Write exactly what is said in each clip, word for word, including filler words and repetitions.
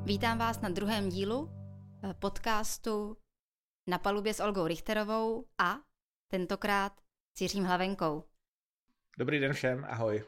Vítám vás na druhém dílu podcastu Na palubě s Olgou Richterovou a tentokrát s Jiřím Hlavenkou. Dobrý den všem, ahoj.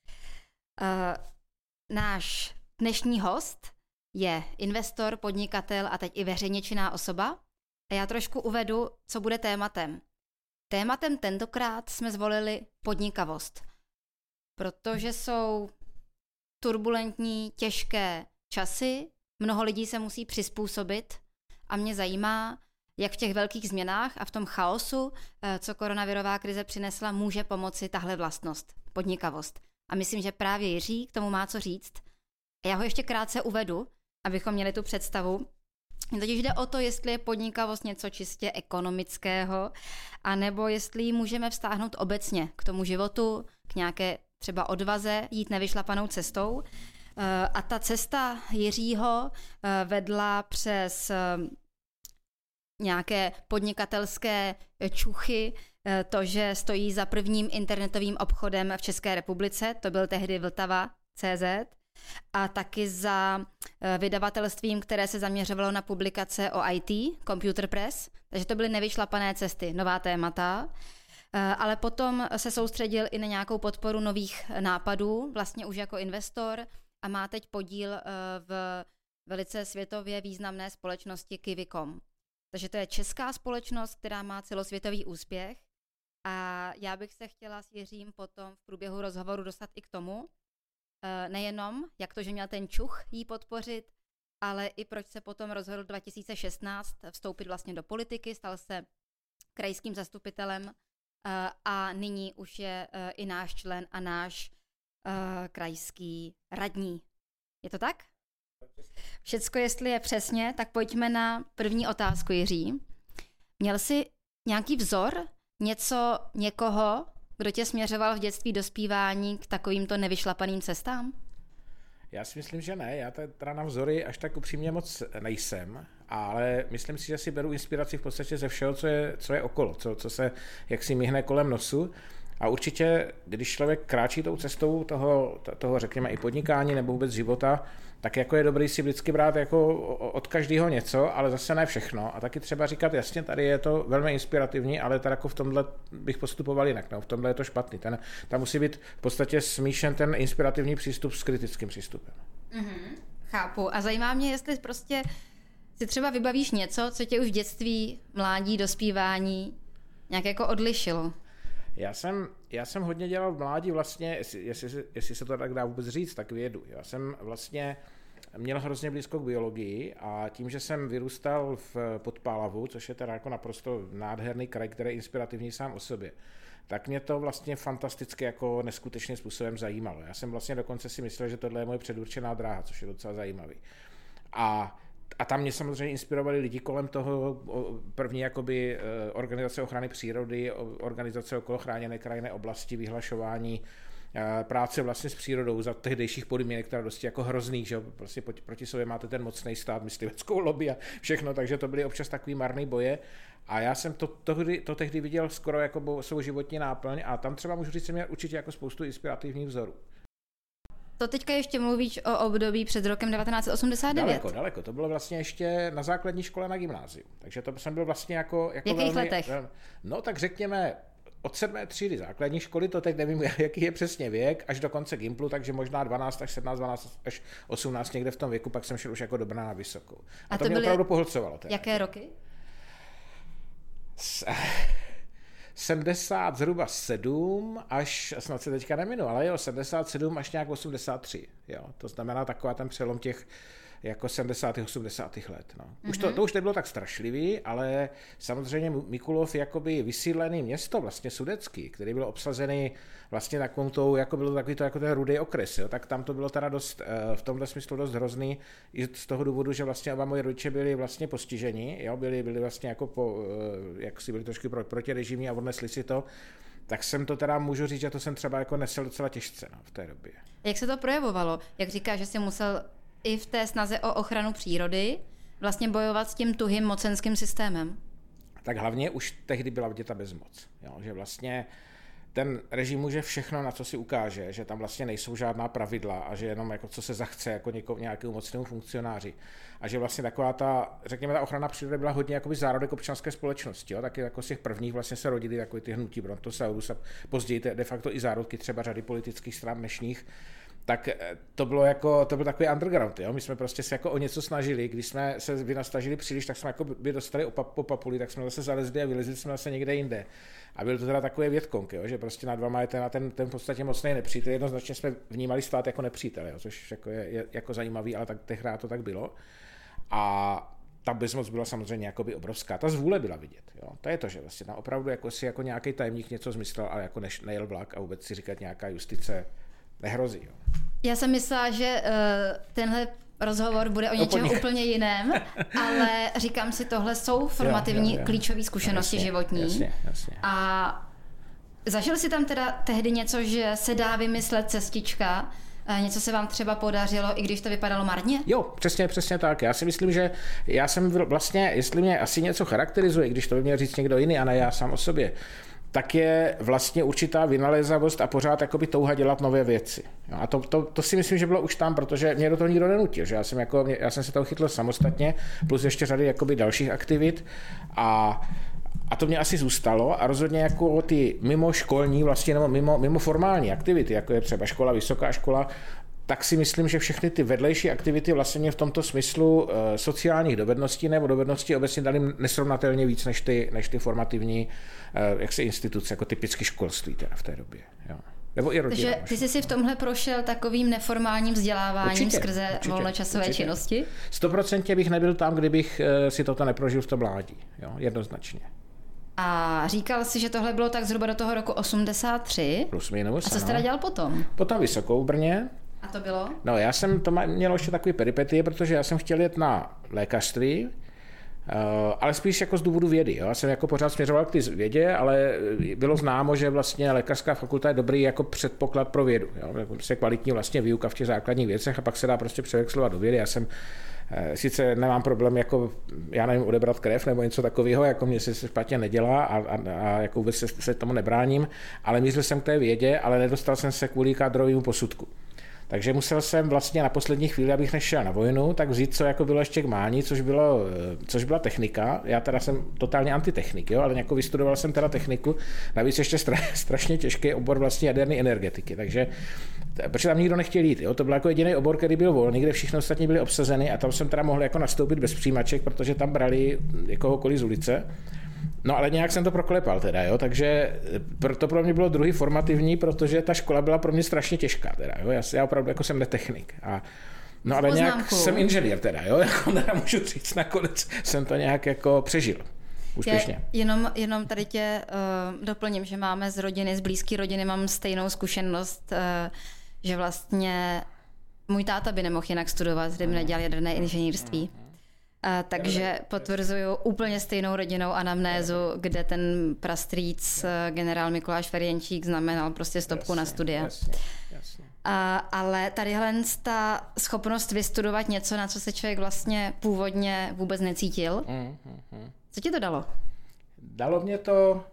Uh, náš dnešní host je investor, podnikatel a teď i veřejně činná osoba. A já trošku uvedu, co bude tématem. Tématem tentokrát jsme zvolili podnikavost, protože jsou turbulentní, těžké časy, mnoho lidí se musí přizpůsobit a mě zajímá, jak v těch velkých změnách a v tom chaosu, co koronavirová krize přinesla, může pomoci tahle vlastnost, podnikavost. A myslím, že právě Jiří k tomu má co říct. Já ho ještě krátce uvedu, abychom měli tu představu. Totiž jde o to, jestli je podnikavost něco čistě ekonomického, anebo jestli ji můžeme vztáhnout obecně k tomu životu, k nějaké třeba odvaze, jít nevyšlapanou cestou. A ta cesta Jiřího vedla přes nějaké podnikatelské čuchy, to, že stojí za prvním internetovým obchodem v České republice, to byl tehdy Vltava tečka cé zet, a taky za vydavatelstvím, které se zaměřovalo na publikace o í té, Computer Press, takže to byly nevyšlapané cesty, nová témata, ale potom se soustředil i na nějakou podporu nových nápadů, vlastně už jako investor, a má teď podíl v velice světově významné společnosti Kiwi tečka com. Takže to je česká společnost, která má celosvětový úspěch a já bych se chtěla s Jiřím potom v průběhu rozhovoru dostat i k tomu, nejenom jak to, že měl ten čuch jí podpořit, ale i proč se potom rozhodl dva tisíce šestnáct vstoupit vlastně do politiky, stal se krajským zastupitelem a nyní už je i náš člen a náš krajský radní. Je to tak? Všecko, jestli je přesně, tak pojďme na první otázku, Jiří. Měl jsi nějaký vzor, něco, někoho, kdo tě směřoval v dětství dospívání k takovýmto nevyšlapaným cestám? Já si myslím, že ne. Já teda na vzory až tak upřímně moc nejsem, ale myslím si, že si beru inspiraci v podstatě ze všeho, co je, co je okolo, co, co se jaksi mihne kolem nosu. A určitě, když člověk kráčí tou cestou toho, toho, řekněme, i podnikání nebo vůbec života, tak jako je dobrý si vždycky brát jako od každého něco, ale zase ne všechno. A taky třeba říkat, jasně, tady je to velmi inspirativní, ale tady jako v tomhle bych postupoval jinak, no, v tomhle je to špatný. Ten, tam musí být v podstatě smíšen ten inspirativní přístup s kritickým přístupem. Mm-hmm, chápu. A zajímá mě, jestli prostě si třeba vybavíš něco, co tě už v dětství, mládí, dospívání nějak jako odlišilo. Já jsem, já jsem hodně dělal v mládí vlastně, jestli, jestli, jestli se to tak dá vůbec říct, tak vědu. Já jsem vlastně měl hrozně blízko k biologii a tím, že jsem vyrůstal v Podpálavu, což je teda jako naprosto nádherný kraj, který je inspirativní sám o sobě, tak mě to vlastně fantasticky jako neskutečným způsobem zajímalo. Já jsem vlastně dokonce si myslel, že tohle je moje předurčená dráha, což je docela zajímavý. A A tam mě samozřejmě inspirovali lidi kolem toho, první jakoby organizace ochrany přírody, organizace okolo chráněné krajinné oblasti, vyhlašování, práce vlastně s přírodou za tehdejších podmínek, která dosti jako hrozný, že prostě proti sobě máte ten mocný stát, mysliveckou lobby a všechno, takže to byly občas takový marný boje. A já jsem to, to, to tehdy viděl skoro jako svou životní náplň a tam třeba můžu říct, že měl určitě jako spoustu inspirativních vzorů. To teďka ještě mluvíš o období před rokem devatenáct set osmdesát devět. Daleko, daleko. To bylo vlastně ještě na základní škole na gymnáziu. Takže to jsem byl vlastně jako... jako v jakých velmi, letech? No tak řekněme od sedmé třídy základní školy, to teď nevím, jaký je přesně věk, až do konce gymplu, takže možná dvanáct až sedmnáct, dvanáct až osmnáct někde v tom věku, pak jsem šel už jako dobrá na vysokou. A, A to, to mě byly opravdu pohlcovalo. Teda. Jaké roky? S... sedmdesát zhruba sedm až, snad se teďka neminu, ale jo, sedmdesát sedm až nějak osmdesát tři, jo, to znamená taková ten přelom těch jako sedmdesátých osmdesátých let, no. Už mm-hmm. to, to už nebylo tak strašlivý, ale samozřejmě Mikulov jakoby vysídlený město, vlastně Sudecký, který byl obsazený vlastně takovou tou, jako bylo takový to jako ten rudý okres, jo, tak tam to bylo teda dost, v tomhle smyslu dost hrozný, i z toho důvodu, že vlastně oba moji rodiče byli vlastně postiženi, jo, byli, byli vlastně jako po, jak si byli trošku protirežimní a odnesli si to, tak jsem to teda můžu říct, že to jsem třeba jako nesl docela těžce, no, v té době. Jak se to projevovalo? Jak říkáš, že jsi musel i v té snaze o ochranu přírody vlastně bojovat s tím tuhým mocenským systémem? Tak hlavně už tehdy byla děta bezmoc. Jo? Že vlastně ten režim může všechno, na co si ukáže, že tam vlastně nejsou žádná pravidla a že jenom jako co se zachce jako někoho, nějakému mocnému funkcionáři. A že vlastně taková ta, řekněme, ta ochrana přírody byla hodně jakoby zárodek občanské společnosti. Jo? Taky jako z těch prvních vlastně se rodily takový ty hnutí Brontosaurus a později de facto i zárodky třeba řady politických stran dnešních. Tak to bylo jako, to byl takový underground, jo? My jsme prostě se jako o něco snažili, když jsme se vynastažili příliš, tak jsme jako by dostali po papuli, tak jsme zase zalezli a vylezli jsme zase někde jinde. A byl to teda takový Větkong, jo? Že prostě nad váma je ten, ten, ten v podstatě mocný nepřítel, jednoznačně jsme vnímali stát jako nepřítel, jo? Což jako je, je jako zajímavý, ale tak tehdy to tak bylo. A ta bezmoc byla samozřejmě jakoby obrovská, ta zvůle byla vidět, jo? To je to, že vlastně tam opravdu jako si jako nějaký tajemník něco zmyslel, ale jako než nejel vlak a vůbec si říkat nějaká justice nehrozí. Jo. Já jsem myslela, že uh, tenhle rozhovor bude o něčem no, úplně jiném, ale říkám si, tohle jsou formativní jo, jo, jo. klíčové zkušenosti jasně, životní. Jasně, jasně. A zažil jsi tam teda tehdy něco, že se dá vymyslet cestička, něco se vám třeba podařilo, i když to vypadalo marně? Jo, přesně, přesně tak. Já si myslím, že já jsem vlastně, jestli mě asi něco charakterizuje, když to by měl říct někdo jiný a ne já sám o sobě, tak je vlastně určitá vynalézavost a pořád jakoby touha dělat nové věci. Jo, a to, to, to si myslím, že bylo už tam, protože mě do toho nikdo nenutil. Že já, jsem jako, já jsem se toho chytl samostatně, plus ještě řady jakoby dalších aktivit a, a to mě asi zůstalo a rozhodně jako ty mimo školní, vlastně nebo mimo, mimo formální aktivity, jako je třeba škola, vysoká škola, tak si myslím, že všechny ty vedlejší aktivity vlastně v tomto smyslu e, sociálních dovedností nebo dovedností obecně dali nesrovnatelně víc než ty, než ty formativní e, jaksi instituce, jako typicky školství teda v té době. Jo. Nebo i rodina. Takže ty jsi si v tomhle prošel takovým neformálním vzděláváním určitě, skrze určitě, volnočasové určitě. činnosti? Stoprocentně bych nebyl tam, kdybych e, si toto neprožil v tom mládí. Jo, jednoznačně. A říkal jsi, že tohle bylo tak zhruba do toho roku osmdesát tři. Plus minus, a co jsi teda dělal potom? Potom vysokou v Brně. A to bylo? No, já jsem, to mělo ještě takový peripetie, protože já jsem chtěl jet na lékařství, ale spíš jako z důvodu vědy. Jo. Já jsem jako pořád směřoval k ty vědě, ale bylo známo, že vlastně lékařská fakulta je dobrý jako předpoklad pro vědu. Jo. Prostě kvalitní vlastně výuka v těch základních věcech a pak se dá prostě převexlovat do vědy. Já jsem sice nemám problém jako, já nevím, odebrat krev nebo něco takového, jako mě se špatně nedělá a, a, a jako vůbec se, se tomu nebráním, ale mířil jsem k té vědě, ale nedostal jsem se kvůli kádrovému posudku. Takže musel jsem vlastně na poslední chvíli, abych nešel na vojnu, tak vzít, co jako bylo ještě k mání, což, bylo, což byla technika. Já teda jsem totálně antitechnik, jo, ale jako vystudoval jsem teda techniku, navíc ještě stra, strašně těžký obor vlastně jaderné energetiky, takže protože tam nikdo nechtěl jít, jo, to byl jako jediný obor, který byl volný, kde všichni ostatní byli obsazeny a tam jsem teda mohl jako nastoupit bez přijímaček, protože tam brali kohokoliv z ulice. No ale nějak jsem to proklepal teda, jo, takže to pro mě bylo druhý formativní, protože ta škola byla pro mě strašně těžká teda, jo, já, já opravdu jako jsem netechnik a no ale nějak jsem inženýr teda, jo, jako teda můžu říct, nakonec jsem to nějak jako přežil. Úspěšně. Já jenom, jenom tady tě uh, doplním, že máme z rodiny, z blízké rodiny mám stejnou zkušenost, uh, že vlastně můj táta by nemohl jinak studovat, kdyby nedělal jaderné inženýrství. A, takže potvrzuju úplně stejnou rodinnou anamnézu, kde ten prastrýc generál Mikuláš Ferjenčík znamenal prostě stopku jasně, na studia. Jasně, jasně. A, ale tadyhle ta schopnost vystudovat něco, na co se člověk vlastně původně vůbec necítil. Mm, mm, mm. Co ti to dalo? Dalo mě to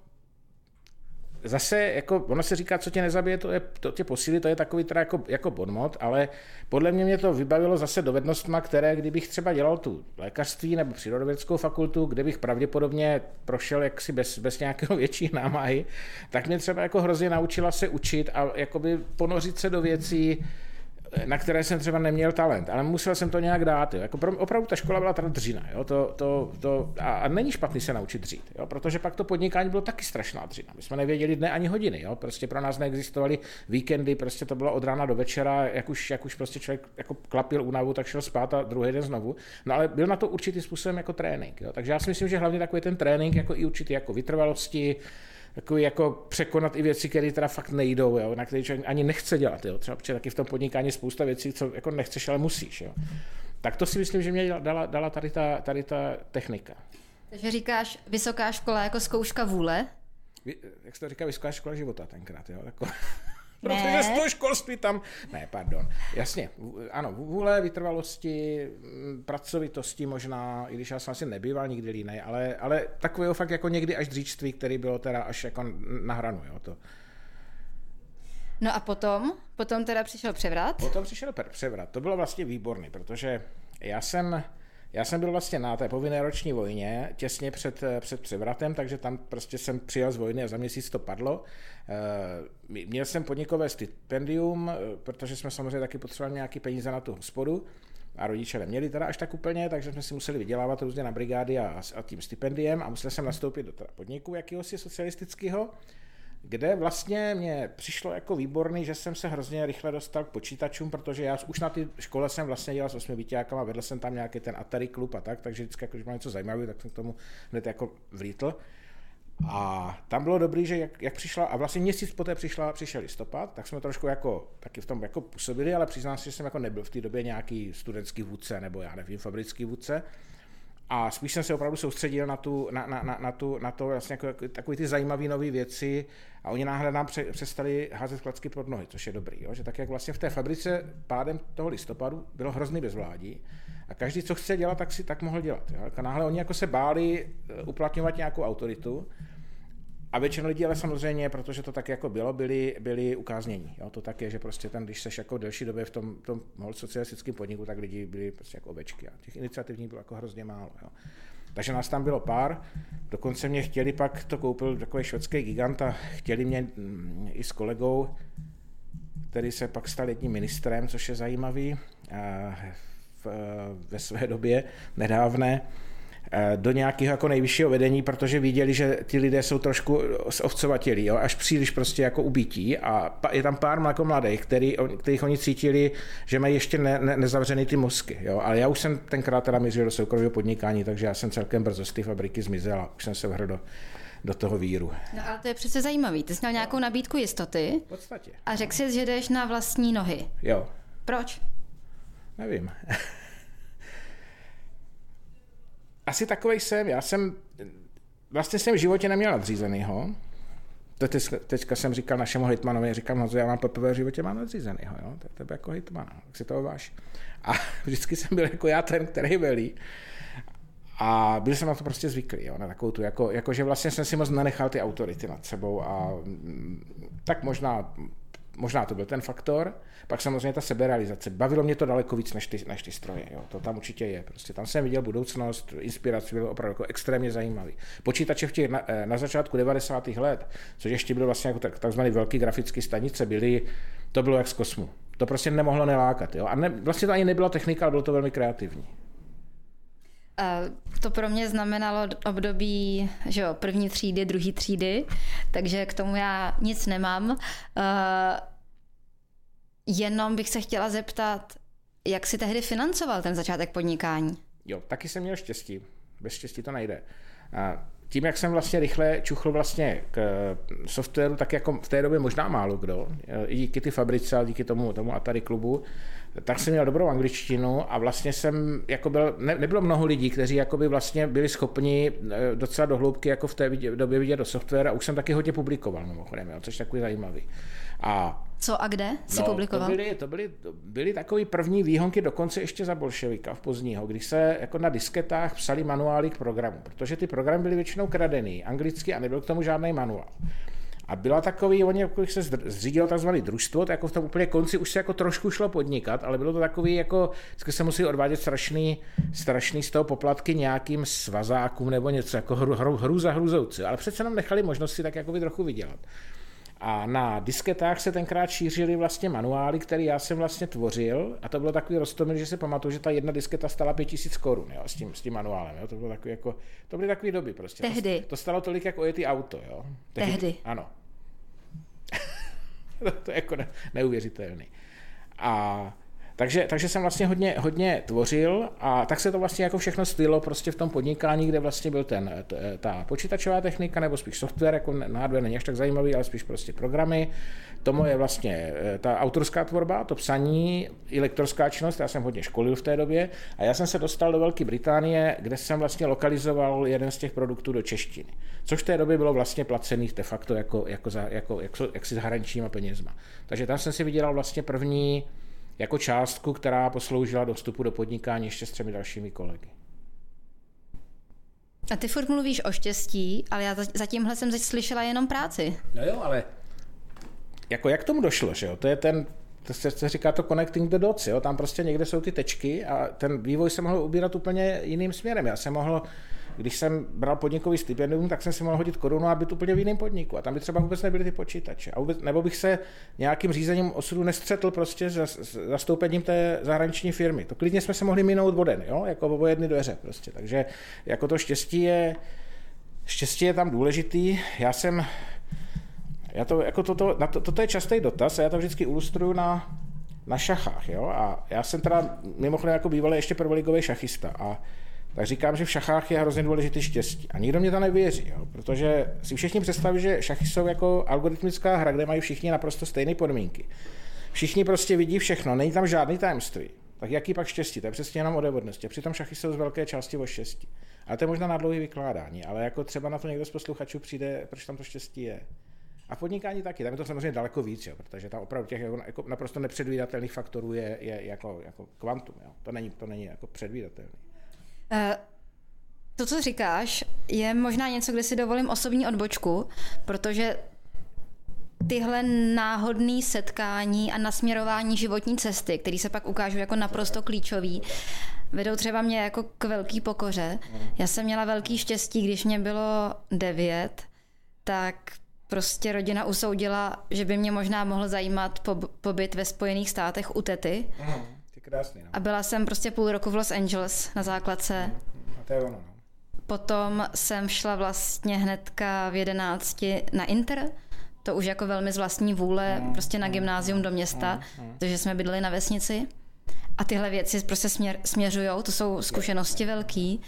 zase, jako ono se říká, co tě nezabije, to, je, to tě posílí, to je takový teda jako, jako bonmot, ale podle mě mě to vybavilo zase dovednostma, které kdybych třeba dělal tu lékařství nebo přírodovědeckou fakultu, kde bych pravděpodobně prošel jaksi bez, bez nějakého větší námahy, tak mě třeba jako hrozně naučila se učit a jakoby ponořit se do věcí, na které jsem třeba neměl talent, ale musel jsem to nějak dát. Jo. Jako pro, opravdu ta škola byla teda dřina. Jo. To, to, to, a, a není špatný se naučit dřít, jo, protože pak to podnikání bylo taky strašná dřina. My jsme nevěděli dne ani hodiny. Jo. Prostě pro nás neexistovaly víkendy, prostě to bylo od rána do večera, jak už, jak už prostě člověk jako klapil únavu, tak šel spát a druhý den znovu. No ale byl na to určitý způsobem jako trénink. Jo. Takže já si myslím, že hlavně takový ten trénink jako i určitý jako vytrvalosti, takový jako překonat i věci, které teda fakt nejdou, jo, na které člověk ani nechce dělat, jo, třeba protože taky v tom podnikání spousta věcí, co jako nechceš, ale musíš, jo. Tak to si myslím, že mě dala, dala tady, ta, tady ta technika. Takže říkáš vysoká škola jako zkouška vůle? Vy, jak se to říká, vysoká škola života tenkrát, jo, jako... Protože z toho školství tam... Ne, pardon. Jasně, ano, vůle, vytrvalosti, pracovitosti možná, i když já jsem asi nebýval nikdy línej, ale, ale takového fakt jako někdy až dříčství, který bylo teda až jako na hranu, jo, to... No a potom? Potom teda přišel převrat? Potom přišel převrat. To bylo vlastně výborný, protože já jsem, já jsem byl vlastně na té povinné roční vojně těsně před, před převratem, takže tam prostě jsem přijel z vojny a za měsíc to padlo. Měl jsem podnikové stipendium, protože jsme samozřejmě taky potřebovali nějaký peníze na tu hospodu a rodiče neměli teda až tak úplně, takže jsme si museli vydělávat různě na brigády a, a tím stipendiem a musel jsem nastoupit do podniku jakýhosi socialistického, kde vlastně mě přišlo jako výborný, že jsem se hrozně rychle dostal k počítačům, protože já už na té škole jsem vlastně dělal s osmibyťákama, vedl jsem tam nějaký ten Atari klub a tak, takže vždycky, jako, když bylo něco zajímavého, tak jsem k tomu hned jako vlítl. A tam bylo dobrý, že jak, jak přišla, a vlastně měsíc poté přišla, přišel listopad, tak jsme trošku jako, taky v tom jako působili, ale přiznám se, že jsem jako nebyl v té době nějaký studentský vůdce, nebo já nevím, fabrický vůdce. A spíš jsem se opravdu soustředil na, tu, na, na, na, na, tu, na to vlastně jako, takový ty zajímavé nové věci a oni náhle nám pře, přestali házet klacky pod nohy, což je dobrý. Jo? Že tak jak vlastně v té fabrice pádem toho listopadu bylo hrozný bezvládí a každý, co chce dělat, tak si tak mohl dělat. Jo? A náhle oni jako se báli uplatňovat nějakou autoritu a většina lidí, ale samozřejmě, protože to tak jako bylo, byli, byli ukáznění. Jo? To tak je, že prostě tam, když seš jako delší době v tom, tom socialistickém podniku, tak lidi byli prostě jako ovečky a těch iniciativních bylo jako hrozně málo. Jo? Takže nás tam bylo pár, dokonce mě chtěli, pak to koupil takový švédský gigant a chtěli mě mm, i s kolegou, který se pak stal jedním ministrem, což je zajímavý, v, ve své době nedávné, do nějakého jako nejvyššího vedení, protože viděli, že ty lidé jsou trošku ovcovatělí, jo, až příliš prostě jako ubítí a je tam pár jako mladých, který, kterých oni cítili, že mají ještě ne, ne, nezavřený ty mozky, jo, ale já už jsem tenkrát teda mířil do soukromého podnikání, takže já jsem celkem brzo z té fabriky zmizel a už jsem se vhrl do, do toho víru. No ale to je přece zajímavý, ty jsi měl nějakou nabídku jistoty v podstatě. A řekl jsi, že jdeš na vlastní nohy. Jo. Proč? Nevím. Asi takovej jsem, já jsem, vlastně jsem v životě neměl nadřízenýho, to teď, teďka jsem říkal našemu hejtmanovi, říkám, no, já mám poprvé v životě mám nadřízenýho, jo? To je tebe jako hejtmana, jak si toho váš. A vždycky jsem byl jako já ten, který velí. A byl jsem na to prostě zvyklý, jo? Na takovou tu, jako, jako, že vlastně jsem si moc nenechal ty autority nad sebou a tak možná, možná to byl ten faktor. Pak samozřejmě ta seberealizace. Bavilo mě to daleko víc než ty, než ty stroje. Jo. To tam určitě je. Prostě tam jsem viděl budoucnost, inspiraci, bylo opravdu jako extrémně zajímavý. Počítače v těch na, na začátku devadesátých let, což ještě bylo vlastně jako tak, takzvané velké grafické stanice, byly, to bylo jak z kosmu. To prostě nemohlo nelákat. Jo. A ne, vlastně to ani nebyla technika, ale bylo to velmi kreativní. To pro mě znamenalo období, že jo, první třídy, druhý třídy, takže k tomu já nic nemám. Jenom bych se chtěla zeptat, jak jsi tehdy financoval ten začátek podnikání? Jo, taky jsem měl štěstí. Bez štěstí to nejde. A tím, jak jsem vlastně rychle čuchl vlastně k softwaru, tak jako v té době možná málo kdo, i díky ty fabrice a díky tomu, tomu Atari klubu, tak jsem měl dobrou angličtinu a vlastně jsem, jako byl, ne, nebylo mnoho lidí, kteří jakoby vlastně byli schopni docela do hloubky jako v té době vidět do software a už jsem taky hodně publikoval mimochodem, jo, což je takový zajímavý. A co a kde jsi no, publikoval? To byly, to byly, to byly takový první výhonky dokonce ještě za bolševika v pozdního, když se jako na disketách psali manuály k programu, protože ty programy byly většinou kradený, anglicky a nebyl k tomu žádný manuál. A byla takový, oni jako se zřídilo takzvané družstvo, to jako v tom úplně konci už se jako trošku šlo podnikat, ale bylo to takový jako, vždycky se museli odvádět strašný, strašný z toho poplatky nějakým svazákům nebo něco, jako hru, hru, hru za hruzouci, ale přece nám nechali možnost si tak jako by trochu vydělat. A na disketách se tenkrát šířily vlastně manuály, které já jsem vlastně tvořil a to bylo takový roztomil, že si pamatuju, že ta jedna disketa stála pět tisíc korun, jo, s tím, s tím manuálem, jo, to bylo takový jako, to byly takové doby prostě. Tehdy. To, to stalo tolik jako ojetý auto, jo. Tehdy. Tehdy. Ano. to, to je jako ne, neuvěřitelný. A takže, takže jsem vlastně hodně, hodně tvořil a tak se to vlastně jako všechno stylilo prostě v tom podnikání, kde vlastně byl ten, ta počítačová technika nebo spíš software, jako na hardware není až tak zajímavý, ale spíš prostě programy. Tomu je vlastně ta autorská tvorba, to psaní, i lektorská činnost, já jsem hodně školil v té době a já jsem se dostal do Velké Británie, kde jsem vlastně lokalizoval jeden z těch produktů do češtiny, což v té době bylo vlastně placených de facto jako, jako, za, jako, jako, jako si zahraničníma penězma. Takže tam jsem si vydělal vlastně první jako částku, která posloužila do vstupu do podnikání ještě s třemi dalšími kolegy. A ty furt mluvíš o štěstí, ale já za tímhle jsem slyšela jenom práci. No jo, ale jako jak tomu došlo, že jo? To je ten, to se, se říká to connecting the dots, jo? Tam prostě někde jsou ty tečky a ten vývoj se mohl ubírat úplně jiným směrem. Já jsem mohl, když jsem bral podnikový stipendium, tak jsem si mohl hodit korunu a být úplně v jiném podniku. A tam by třeba vůbec nebyly ty počítače. A vůbec, nebo bych se nějakým řízením osudu nestřetl prostě za zastoupením té zahraniční firmy. To klidně jsme se mohli minout voden, jo? Jako o jedny dveře prostě. Takže jako to štěstí je, štěstí je tam důležitý. Já jsem, já to, jako toto, na to, toto je častý dotaz a já to vždycky ilustruju na, na šachách, jo? A já jsem teda mimochodem jako bývalý ještě prvoligový šachista a tak říkám, že v šachách je hrozně důležitý štěstí. A nikdo mě to nevěří, jo? Protože si všichni představí, že šachy jsou jako algoritmická hra, kde mají všichni naprosto stejné podmínky. Všichni prostě vidí všechno, není tam žádný tajemství. Tak jaký pak štěstí? To je přesně jenom o devodnosti. Přitom šachy jsou z velké části o štěstí. Ale to je možná na dlouhé vykládání, ale jako třeba na to někdo z posluchačů přijde, proč tam to štěstí je. A v podnikání taky, tam je to samozřejmě daleko víc, jo? Protože tam opravdu těch jako naprosto nepředvídatelných faktorů je, je jako, jako kvantum. Jo? To není, to není jako předvídatelný. To, co říkáš, je možná něco, kde si dovolím osobní odbočku, protože tyhle náhodné setkání a nasměrování životní cesty, které se pak ukážou jako naprosto klíčový, vedou třeba mě jako k velký pokoře. Já jsem měla velký štěstí, když mě bylo devět, tak prostě rodina usoudila, že by mě možná mohl zajímat pobyt ve Spojených státech u tety. Krásný, no. A byla jsem prostě půl roku v Los Angeles na základce. A to je ono, no. Potom jsem šla vlastně hnedka v jedenácti na Inter, to už jako velmi z vlastní vůle, mm, prostě na gymnázium mm, do města, mm, mm. protože jsme bydleli na vesnici. A tyhle věci prostě směr, směřujou, to jsou zkušenosti velký.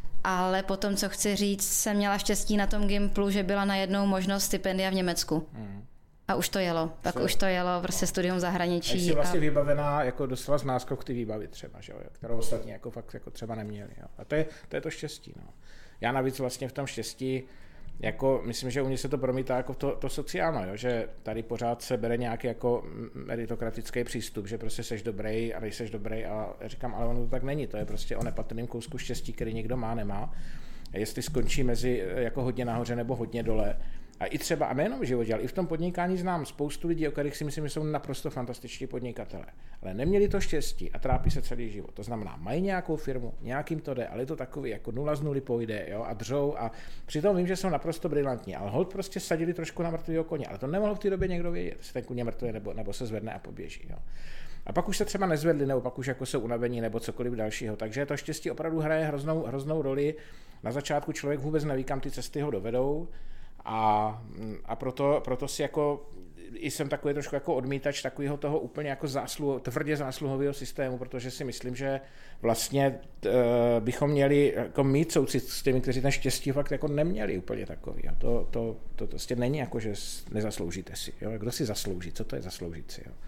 Ale potom, co chci říct, jsem měla štěstí na tom Gimplu, že byla najednou možnost stipendia v Německu. Mm. A už to jelo, tak už to jelo, prostě studium zahraničí. A jsi vlastně a... vybavená, jako dostala z náskok ty výbavy třeba, že jo, kterou ostatní jako fakt jako třeba neměli. Jo. A to je, to je to štěstí. No. Já navíc vlastně v tom štěstí, jako myslím, že u mě se to promítá jako v to, to sociálno, jo, že tady pořád se bere nějaký jako meritokratický přístup, že prostě seš dobrý a nejseš dobrý a říkám, ale ono to tak není, to je prostě o nepatrném kousku štěstí, který někdo má, nemá. A jestli skončí mezi jako hodně nahoře nebo hodně dole, a i třeba, a nejenom v životě, ale i v tom podnikání znám spoustu lidí, o kterých si myslím, že jsou naprosto fantastičtí podnikatelé. Ale neměli to štěstí a trápí se celý život. To znamená, mají nějakou firmu, nějakým to jde, ale je to takový, jako nula z nuly pojde, jo, a dřou a přitom vím, že jsou naprosto brilantní, ale holt prostě sadili trošku na mrtvýho koně, ale to nemohl v té době někdo vědět, jestli ten kůň mrtvý nebo, nebo se zvedne a poběží. Jo. A pak už se třeba nezvedli, nebo pak už jako jsou unavení, nebo cokoliv dalšího. Takže to štěstí opravdu hraje hroznou, hroznou roli. Na začátku člověk vůbec neví, kam ty cesty ho dovedou. A, a proto, proto si jako i jsem takový trošku jako odmítač takového toho úplně jako zásluho, tvrdě zásluhového systému, protože si myslím, že vlastně t, bychom měli jako mít soucit s těmi, kteří ten štěstí fakt jako neměli úplně takový. A to, to, to, to prostě není jako, že nezasloužíte si. Jo? Kdo si zaslouží? Co to je zasloužit si? Jo?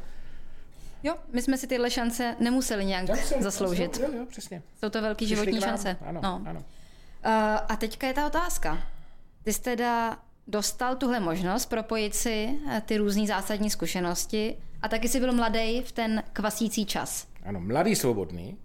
Jo, my jsme si tyhle šance nemuseli nějak jsem, zasloužit. Jo, jo, přesně. Jsou to velký životní šance. Ano, no. ano. Uh, a teďka je ta otázka. Ty jsi teda dostal tuhle možnost propojit si ty různý zásadní zkušenosti a taky jsi byl mladý v ten kvasící čas. Ano, mladý, svobodný.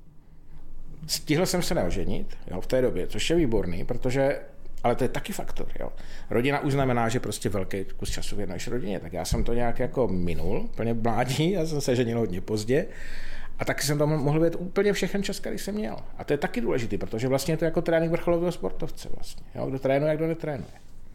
Stihl jsem se neoženit, jo, v té době, což je výborný, protože, ale to je taky faktor, jo. Rodina už znamená, že prostě velký kus času věnuješ rodině, tak já jsem to nějak jako minul, plně mládí, já jsem se ženil hodně pozdě. A taky jsem tam mohl být úplně všechen čas, který jsem měl. A to je taky důležitý, protože vlastně je to jako trénink vrcholového sportovce vlastně. Jo? Kdo trénuje a kdo netrénuje.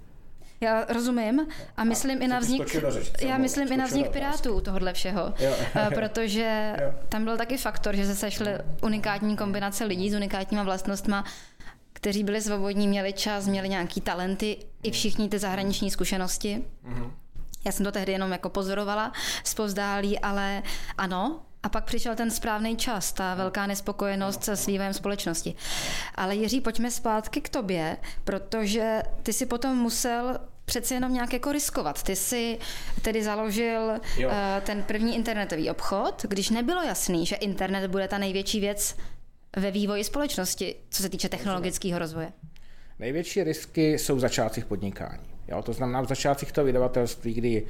Já rozumím a myslím a i na vznik, já myslím i na vznik Pirátů tohohle všeho, jo. protože jo. tam byl taky faktor, že se sešly unikátní kombinace lidí s unikátníma vlastnostma, kteří byli svobodní, měli čas, měli nějaký talenty, mm. i všichni ty zahraniční zkušenosti. Mm. Já jsem to tehdy jenom jako pozorovala zpovzdálí, ale ano. A pak přišel ten správný čas, ta velká nespokojenost s vývojem společnosti. Ale Jiří, pojďme zpátky k tobě, protože ty si potom musel přece jenom nějak jako riskovat. Ty jsi tedy založil uh, ten první internetový obchod, když nebylo jasný, že internet bude ta největší věc ve vývoji společnosti, co se týče technologického rozvoje. Největší risky jsou v začátcích podnikání. Jo? To znamená v začátcích toho vydavatelství, kdy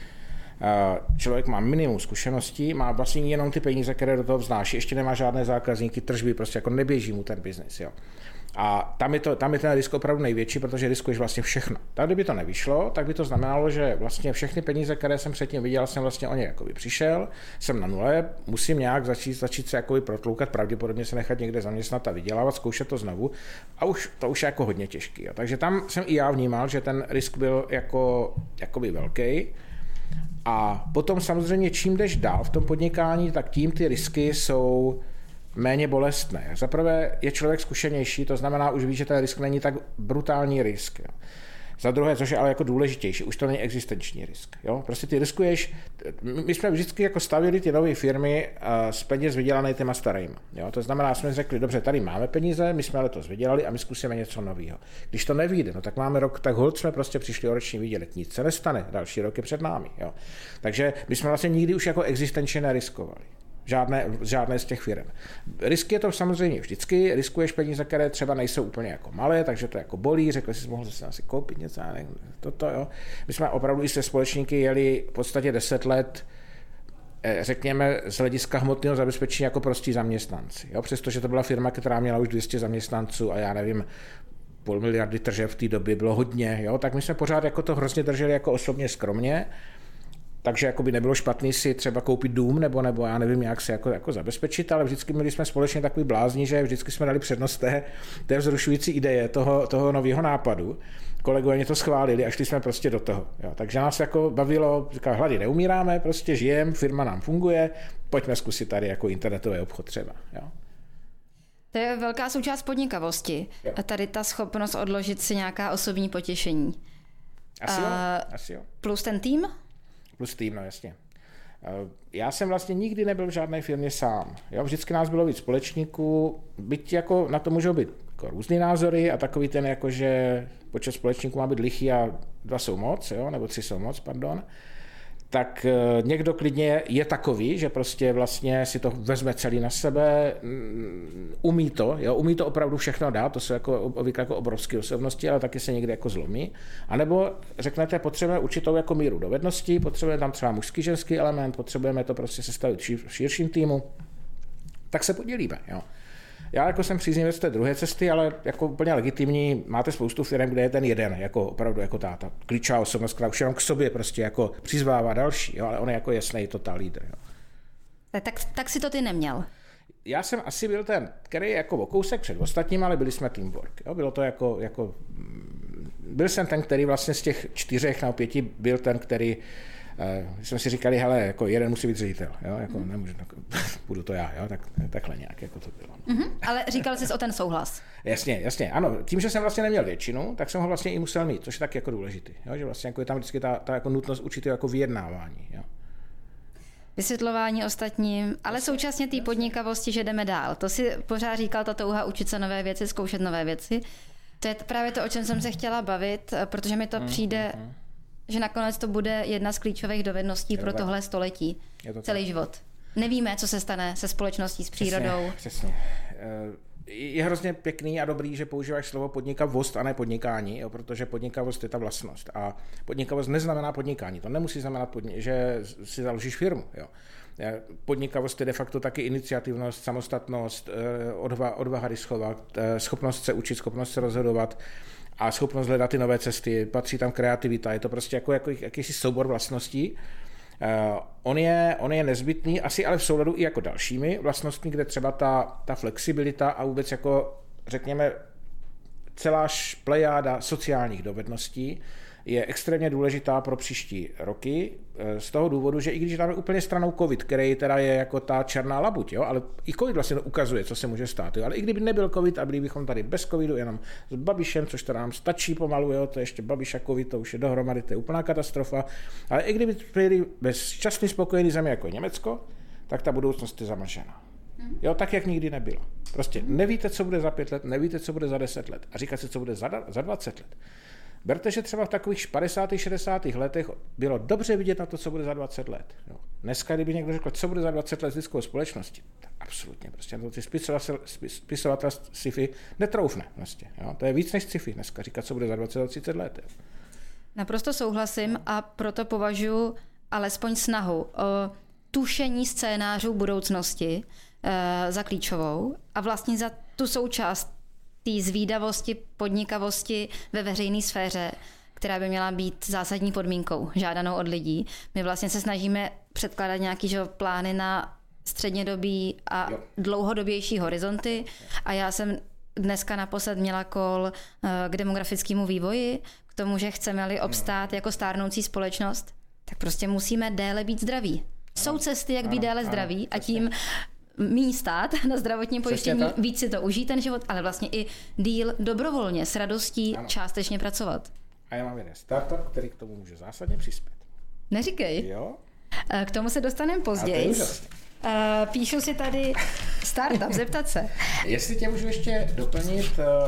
člověk má minimum zkušeností, má vlastně jenom ty peníze, které do toho vznáší, ještě nemá žádné zákazníky, tržby, prostě jako neběží mu ten biznis. Jo. A tam je, to, tam je ten risk opravdu největší, protože riskuješ vlastně všechno. Tak kdyby to nevyšlo, tak by to znamenalo, že vlastně všechny peníze, které jsem předtím viděl, jsem vlastně o ně jakoby přišel, jsem na nule, musím nějak začít, začít se jakoby protloukat, pravděpodobně se nechat někde zaměstnat a vydělávat, zkoušet to znovu. A už to už je jako hodně těžký. Jo. Takže tam jsem i já vnímal, že ten risk byl jako, jakoby velký. A potom samozřejmě čím jdeš dál v tom podnikání, tak tím ty risky jsou méně bolestné. Za prvé je člověk zkušenější, to znamená, už ví, že ten risk není tak brutální risk. Jo. Za druhé, což je ale jako důležitější, už to není existenční risk. Jo. Prostě ty riskuješ, my jsme vždycky jako stavili ty nové firmy z peněz vydělané těma starými. Jo. To znamená, jsme řekli, dobře, tady máme peníze, my jsme letos vydělali a my zkusíme něco nového. Když to nevyjde, no tak máme rok, tak holt jsme prostě přišli o roční výdělek, nic se nestane, další rok je před námi. Jo. Takže my jsme vlastně nikdy už jako existenčně neriskovali. Žádné, žádné z těch firm. Risk je to samozřejmě vždycky, riskuješ peníze, které třeba nejsou úplně jako malé, takže to jako bolí, řekli jsi, mohl zase asi koupit něco, ne, toto, jo. My jsme opravdu i se společníky jeli v podstatě deset let, řekněme, z hlediska hmotného zabezpečení jako prostí zaměstnanci, jo. Přestože to byla firma, která měla už dvě stě zaměstnanců a já nevím, půl miliardy tržeb v té době bylo hodně, jo, tak my jsme pořád jako to hrozně drželi jako osobně skromně. Takže jako by nebylo špatný si třeba koupit dům, nebo, nebo já nevím, jak se jako, jako zabezpečit, ale vždycky měli jsme společně takový blázni, že vždycky jsme dali přednost té, té vzrušující ideje toho, toho nového nápadu. Kolegové mě to schválili a šli jsme prostě do toho. Jo. Takže nás jako bavilo, říkali, hlady, neumíráme, prostě žijeme, firma nám funguje, pojďme zkusit tady jako internetový obchod třeba. Jo. To je velká součást podnikavosti. Jo. A tady ta schopnost odložit si nějaká osobní potěšení. Asi jo, asi jo. Plus ten tým? Plus tým, no jasně. Já jsem vlastně nikdy nebyl v žádné firmě sám. Jo? Vždycky nás bylo víc společníků, byť jako na to můžou být jako různý názory a takový ten, jako že počet společníků má být lichý a dva jsou moc, jo? Nebo tři jsou moc, pardon. Tak někdo klidně je takový, že prostě vlastně si to vezme celý na sebe, umí to, jo, umí to opravdu všechno dát, to jsou jako, obvykle jako obrovské osobnosti, ale taky se někdy jako zlomí. A nebo řeknete, potřebujeme určitou jako míru dovedností, potřebujeme tam třeba mužský, ženský element, potřebujeme to prostě sestavit v širším týmu, tak se podělíme, jo. Já jako jsem příznivec té druhé cesty, ale jako úplně legitimní, máte spoustu firm, kde je ten jeden, jako opravdu jako ta, ta klíčová osobnost, která už jenom k sobě prostě jako přizvává další, jo, ale on je jako jasný total lídr. Jo. Tak, tak si to ty neměl. Já jsem asi byl ten, který je jako o kousek před ostatním, ale byli jsme teamwork. Jo. Bylo to jako, jako, byl jsem ten, který vlastně z těch čtyřech nebo pěti byl ten, který když jsme si říkali, hele, jako jeden musí být ředitel, jo, jako mm. nemůžu, tak, budu to já, jo, tak, takhle nějak, jako to bylo. Mm-hmm, ale říkal jsi o ten souhlas. Jasně, jasně, ano, tím, že jsem vlastně neměl většinu, tak jsem ho vlastně i musel mít, což je taky jako důležitý, jo, že vlastně jako je tam vždycky ta, ta jako nutnost určitého jako vyjednávání, jo. Vysvětlování ostatním, ale současně té podnikavosti, že jdeme dál. To si pořád říkal, ta touha učit se nové věci, zkoušet nové věci. To je právě to, o čem jsem se chtěla bavit, protože mi to mm, přijde... Mm, mm. že nakonec to bude jedna z klíčových dovedností pro tohle století, to celý tak. Život. Nevíme, co se stane se společností, s přírodou. Přesně, přesně. Je hrozně pěkný a dobrý, že používáš slovo podnikavost a ne podnikání, jo, protože podnikavost je ta vlastnost. A podnikavost neznamená podnikání. To nemusí znamenat, podnik- že si založíš firmu. Jo. Podnikavost je de facto taky iniciativnost, samostatnost, odvaha, odvaha riskovat, schopnost se učit, schopnost se rozhodovat, a schopnost hledat ty nové cesty, patří tam kreativita, je to prostě jako, jako jakýsi soubor vlastností. Uh, on, je, on je nezbytný, asi ale v souladu i jako dalšími vlastnostmi, kde třeba ta, ta flexibilita a vůbec jako, řekněme, celá plejáda sociálních dovedností je extrémně důležitá pro příští roky z toho důvodu, že i když dáme úplně stranou covid, který teda je jako ta černá labuť, jo, ale i covid vlastně to ukazuje, co se může stát, jo, ale i kdyby nebyl covid a byli bychom tady bez covidu, jenom s Babišem, což teda nám stačí pomalu, jo, to je ještě Babiš a covid, to už je dohromady, to je úplná katastrofa, ale i kdyby byli bez šťastný, spokojený země jako Německo, tak ta budoucnost je zamlžená. Jo, tak, jak nikdy nebylo. Prostě nevíte, co bude za pět let, nevíte, co bude za deset let a říkat si, co bude za, za dvacet let. Berte, že třeba v takových padesátých šedesátých letech bylo dobře vidět na to, co bude za dvacet let. Jo. Dneska, kdyby někdo řekl, co bude za dvacet let s lidskou společností, tak absolutně. Prostě to ty spisovatel sci-fi netroufne. Vlastně, jo. To je víc než sci-fi dneska, říkat, co bude za dvacet, třicet let. Jo. Naprosto souhlasím a proto považuji alespoň snahu o tušení scénářů budoucnosti e, za klíčovou a vlastně za tu součást té zvídavosti, podnikavosti ve veřejné sféře, která by měla být zásadní podmínkou, žádanou od lidí. My vlastně se snažíme předkládat nějaký že, plány na střednědobý a jo. dlouhodobější horizonty a já jsem dneska naposled měla call k demografickému vývoji, k tomu, že chceme-li obstát jako stárnoucí společnost, tak prostě musíme déle být zdraví. Jsou cesty, jak být déle zdraví a tím míň stát na zdravotním pojištění, víc si to užít ten život, ale vlastně i díl dobrovolně, s radostí ano. částečně pracovat. A já mám jeden startup, který k tomu může zásadně přispět. Neříkej. Jo. K tomu se dostaneme později. Uh, píšu si tady startup, zeptat se. Jestli tě můžu ještě doplnit, uh,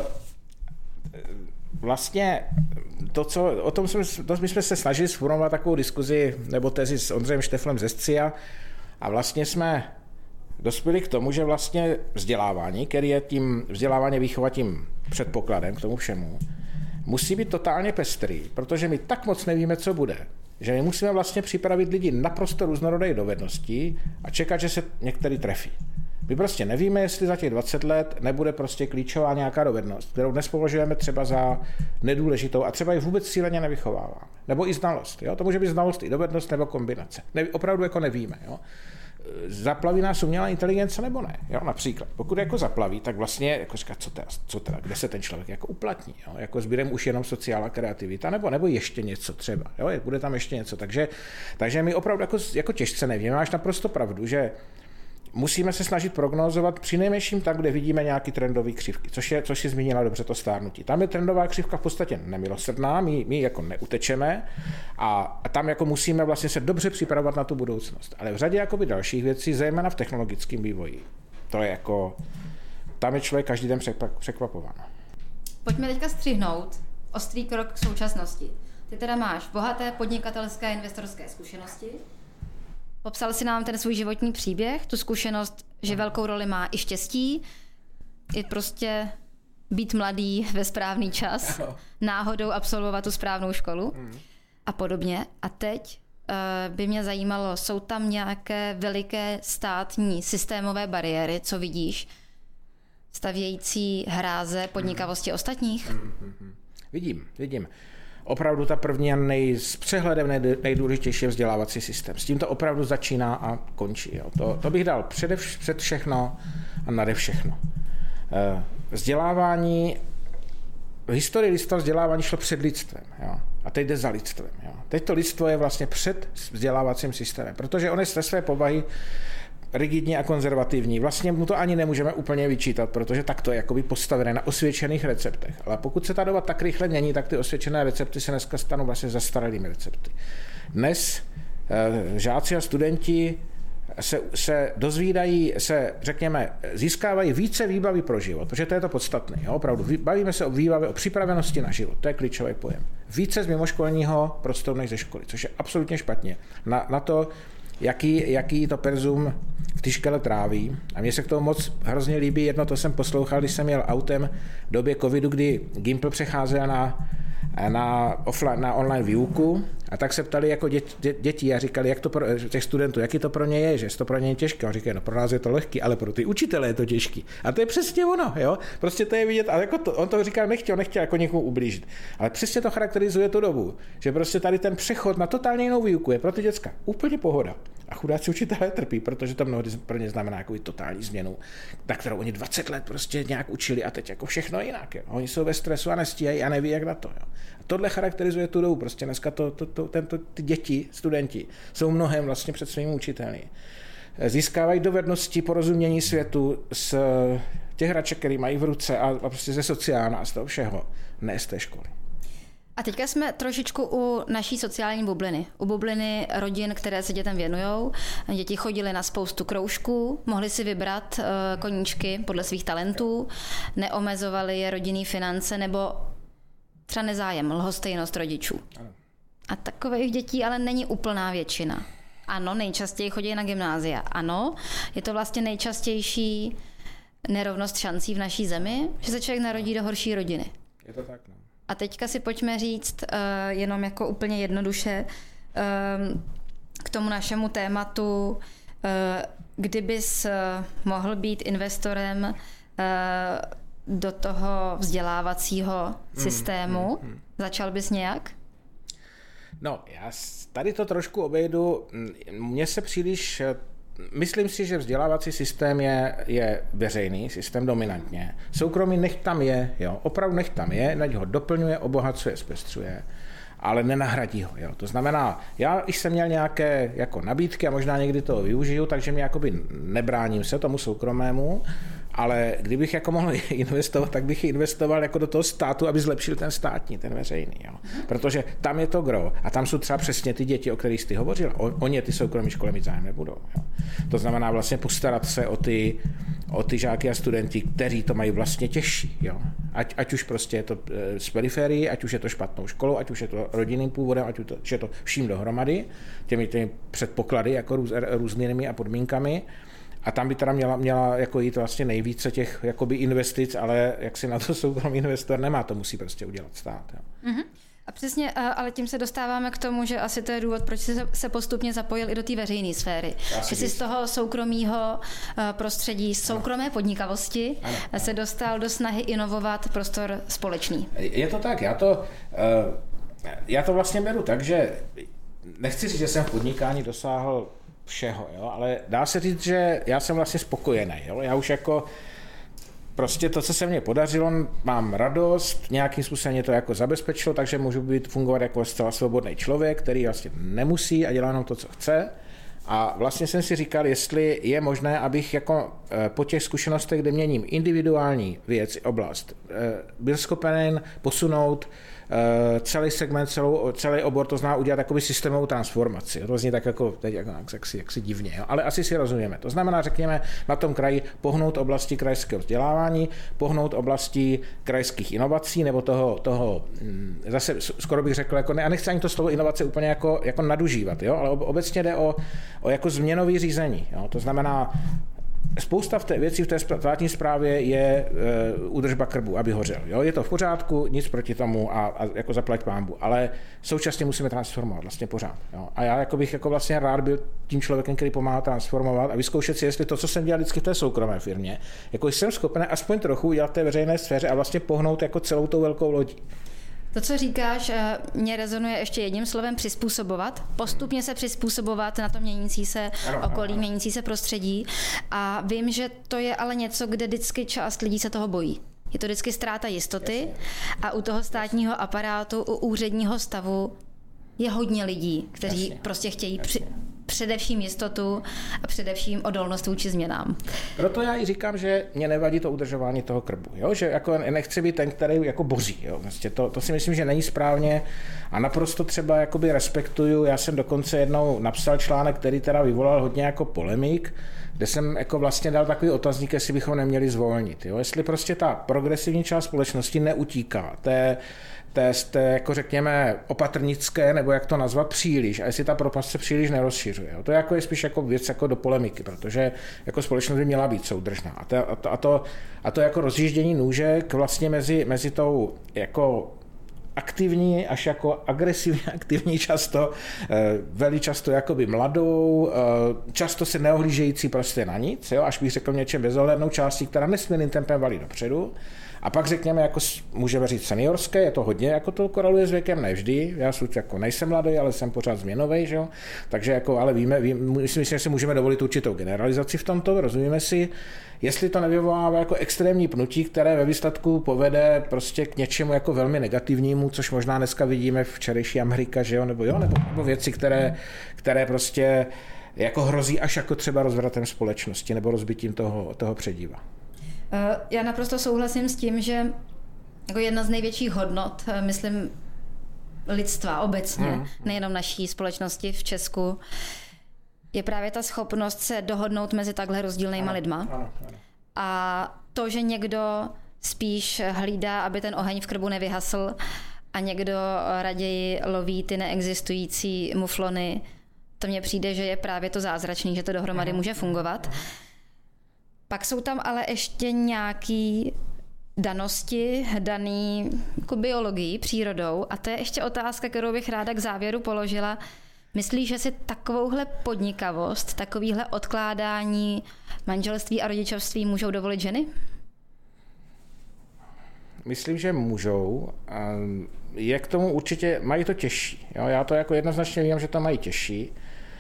vlastně to, co, o tom jsme, to my jsme se snažili sformulovat takovou diskuzi nebo tezi s Ondřejem Šteflem ze Scia a vlastně jsme dospěli k tomu, že vlastně vzdělávání, který je tím vzdělávání výchova tím předpokladem k tomu všemu, musí být totálně pestrý, protože my tak moc nevíme, co bude, že my musíme vlastně připravit lidi naprosto různorodé dovedností a čekat, že se některý trefí. My prostě nevíme, jestli za těch dvacet let nebude prostě klíčová nějaká dovednost, kterou dnes považujeme třeba za nedůležitou a třeba ji vůbec cíleně nevychováváme. Nebo i znalost. Jo? To může být znalost i dovednost nebo kombinace. Ne, opravdu jako nevíme. Jo? Zaplaví nás umělá inteligence nebo ne? Jo? Například. Pokud jako zaplaví, tak vlastně jako říkat, co teda, co teda, kde se ten člověk jako uplatní? Jo? Jako zbydem už jenom sociální kreativita nebo, nebo ještě něco třeba. Jo? Bude tam ještě něco. Takže, takže my opravdu jako, jako těžce nevíme. Máš naprosto pravdu, že musíme se snažit prognózovat přinejmenším tam, kde vidíme nějaký trendový křivky, což je, což si zmínila dobře to stárnutí. Tam je trendová křivka v podstatě nemilosrdná, my, my jako neutečeme a, a tam jako musíme vlastně se dobře připravovat na tu budoucnost. Ale v řadě jakoby dalších věcí, zejména v technologickém vývoji, to je jako, tam je člověk každý den překvapován. Pojďme teďka střihnout ostrý krok k současnosti. Ty teda máš bohaté podnikatelské a investorské zkušenosti. Popsal si nám ten svůj životní příběh, tu zkušenost, že velkou roli má i štěstí, i prostě být mladý ve správný čas, náhodou absolvovat tu správnou školu a podobně. A teď uh, by mě zajímalo, jsou tam nějaké veliké státní systémové bariéry, co vidíš, stavějící hráze podnikavosti ostatních? Vidím, vidím. Opravdu ta první a nej, s přehledem nej, nejdůležitější je vzdělávací systém. S tím to opravdu začíná a končí. Jo. To, to bych dal předev, před všechno a nade všechno. Vzdělávání, v historii lidstva vzdělávání šlo před lidstvem. Jo. A teď jde za lidstvem. Jo. Teď to lidstvo je vlastně před vzdělávacím systémem, protože on je ze své povahy rigidní a konzervativní. Vlastně mu to ani nemůžeme úplně vyčítat, protože tak to je jakoby postavené na osvědčených receptech. Ale pokud se ta doba tak rychle mění, tak ty osvědčené recepty se dneska stanou vlastně zastaralými recepty. Dnes e, žáci a studenti se, se dozvídají, se, řekněme, získávají více výbavy pro život, protože to je to podstatné. Jo? Opravdu, bavíme se o výbavě, o připravenosti na život, to je klíčový pojem. Více z mimoškolního prostoru než ze školy, což je absolutně špatně. Na, na to, jaký, jaký to perzum v té škole tráví. A mně se k tomu moc hrozně líbí, jedno to jsem poslouchal, když jsem jel autem v době covidu, kdy Gimpl přecházel na, na, offline, na online výuku a tak se ptali jako děti, děti a říkali, jak to pro, těch studentů, jaký to pro ně je, že to pro ně je těžké. A říkají, no pro nás je to lehký, ale pro ty učitele je to těžký. A to je přesně ono, jo. Prostě to je vidět, ale jako to, on to říkal, nechtěl, nechtěl jako někomu ublížit. Ale přesně to charakterizuje tu dobu, že prostě tady ten přechod na totálně jinou výuku je pro ty děcka úplně pohoda. A chudáci učitelé trpí, protože to mnohdy pro ně znamená jako totální změnu, na kterou oni dvacet let prostě nějak učili a teď jako všechno jinak. Jo. Oni jsou ve stresu a nestíhají a neví, jak na to. Jo. A tohle charakterizuje tu dobu. Prostě dneska to, to, to, tento, ty děti, studenti jsou mnohem vlastně před svými učiteli. Získávají dovednosti porozumění světu z těch hraček, které mají v ruce a, a prostě ze sociálna a z toho všeho, ne z té školy. A teďka jsme trošičku u naší sociální bubliny. U bubliny rodin, které se dětem věnujou. Děti chodily na spoustu kroužků, mohly si vybrat uh, koníčky podle svých talentů, neomezovaly je rodinný finance nebo třeba nezájem, lhostejnost rodičů. A takových dětí ale není úplná většina. Ano, nejčastěji chodí na gymnázia. Ano, je to vlastně nejčastější nerovnost šancí v naší zemi, že se člověk narodí do horší rodiny. Je to tak, no. A teďka si pojďme říct uh, jenom jako úplně jednoduše uh, k tomu našemu tématu, uh, kdybys uh, mohl být investorem uh, do toho vzdělávacího systému. Mm, mm, mm. Začal bys nějak? No, já tady to trošku obejdu. Mně se příliš... Myslím si, že vzdělávací systém je, je veřejný, systém dominantně. Soukromý nech tam je, jo, opravdu nech tam je, nať ho doplňuje, obohacuje, zpestřuje, ale nenahradí ho. Jo. To znamená, já když jsem měl nějaké jako nabídky a možná někdy toho využiju, takže mě jakoby nebráním se tomu soukromému, ale kdybych jako mohl investovat, tak bych investoval jako do toho státu, aby zlepšil ten státní, ten veřejný. Jo. Protože tam je to gro a tam jsou třeba přesně ty děti, o kterých jsi hovořil. Oni ty soukromé školy mít zájem nebudou. Jo. To znamená vlastně postarat se o ty, o ty žáky a studenti, kteří to mají vlastně těžší. Jo. Ať, ať už prostě je to z periferii, ať už je to špatnou školou, ať už je to rodinným původem, ať už je to vším dohromady, těmi, těmi předpoklady jako růz, různými a podmínkami. A tam by teda měla, měla jako jít vlastně nejvíce těch jakoby investic, ale jak si na to soukromý investor nemá, to musí prostě udělat stát. Jo. Mm-hmm. A přesně, ale tím se dostáváme k tomu, že asi to je důvod, proč jsi se postupně zapojil i do té veřejné sféry. Že jsi z toho soukromého prostředí, soukromé ano. podnikavosti ano, ano. se dostal do snahy inovovat prostor společný. Je to tak, já to, já to vlastně beru tak, že nechci říct, že jsem v podnikání dosáhl všeho, jo? Ale dá se říct, že já jsem vlastně spokojený. Jo? Já už jako prostě to, co se mně podařilo, mám radost, nějakým způsobem mě to jako zabezpečilo, takže můžu být fungovat jako zcela svobodný člověk, který vlastně nemusí a dělá jenom to, co chce. A vlastně jsem si říkal, jestli je možné, abych jako po těch zkušenostech, kde měním individuální věc, oblast, byl schopen posunout celý segment, celou, celý obor, to znamená udělat takový systémovou transformaci. To zní tak jako, teď jako jaksi, jaksi divně, jo? Ale asi si rozumíme. To znamená, řekněme, na tom kraji pohnout oblasti krajského vzdělávání, pohnout oblasti krajských inovací, nebo toho, toho zase skoro bych řekl, jako ne, a nechci ani to slovo inovace úplně jako, jako nadužívat, jo? Ale obecně jde o, o jako změnový řízení. Jo? To znamená, spousta v té věcí v té státní správě je uh, údržba krbu, aby hořel. Jo? Je to v pořádku, nic proti tomu a, a jako zaplať pánbu, ale současně musíme transformovat vlastně pořád. Jo? A já jako bych jako vlastně rád byl tím člověkem, který pomáhá transformovat a vyzkoušet si, jestli to, co jsem dělal vždycky v té soukromé firmě, jako jsem schopen aspoň trochu udělat v té veřejné sféře a vlastně pohnout jako celou tou velkou lodí. To, co říkáš, mě rezonuje ještě jedním slovem přizpůsobovat. Postupně se přizpůsobovat na to měnící se okolí, měnící se prostředí. A vím, že to je ale něco, kde vždycky část lidí se toho bojí. Je to vždycky ztráta jistoty a u toho státního aparátu, u úředního stavu je hodně lidí, kteří Jasně. prostě chtějí při, především jistotu a především odolnost vůči změnám. Proto já i říkám, že mě nevadí to udržování toho krbu, jo? Že jako nechci být ten, který jako boří. Jo? Vlastně to, to si myslím, že není správně a naprosto třeba jakoby respektuju. Já jsem dokonce jednou napsal článek, který teda vyvolal hodně jako polemik, kde jsem jako vlastně dal takový otazník, jestli bychom neměli zvolnit. Jo? Jestli prostě ta progresivní část společnosti neutíká té té, té jako řekněme opatrnické, nebo jak to nazvat, příliš, a jestli ta propast se příliš nerozšiřuje. To je, jako je spíš jako věc jako do polemiky, protože jako společnost by měla být soudržná. A to, a to, a to, a to jako rozjíždění nůžek vlastně mezi, mezi tou jako aktivní až jako agresivně aktivní často, velmi často jakoby mladou, často se neohlížející prostě na nic, jo, až bych řekl něčem bezohlednou částí, která nesmírným tempem valí dopředu. A pak řekněme, jako můžeme říct seniorské, je to hodně, jako to koreluje s věkem, ne vždy. Já jako nejsem mladý, ale jsem pořád změnovej, že jo. Takže jako, ale víme, víme, myslím, že si můžeme dovolit určitou generalizaci v tomto, rozumíme si, jestli to nevyvolává jako extrémní pnutí, které ve výsledku povede prostě k něčemu jako velmi negativnímu, což možná dneska vidíme v včerejší Amerika, že jo, nebo jo, nebo, nebo věci, které, které prostě jako hrozí až jako třeba rozvratem společnosti nebo rozbitím toho, toho přediva. Já naprosto souhlasím s tím, že jako jedna z největších hodnot, myslím, lidstva obecně, mm. nejenom naší společnosti v Česku, je právě ta schopnost se dohodnout mezi takhle rozdílnýma lidma. Ano, ano. A to, že někdo spíš hlídá, aby ten oheň v krbu nevyhasl a někdo raději loví ty neexistující muflony, to mně přijde, že je právě to zázračný, že to dohromady může fungovat. Pak jsou tam ale ještě nějaký danosti daný jako biologií, přírodou a to je ještě otázka, kterou bych ráda k závěru položila. Myslíš, že si takovouhle podnikavost, takovýhle odkládání manželství a rodičovství můžou dovolit ženy? myslím, že můžou. Je k tomu určitě, mají to těžší. Jo? Já to jako jednoznačně vím, že to mají těžší.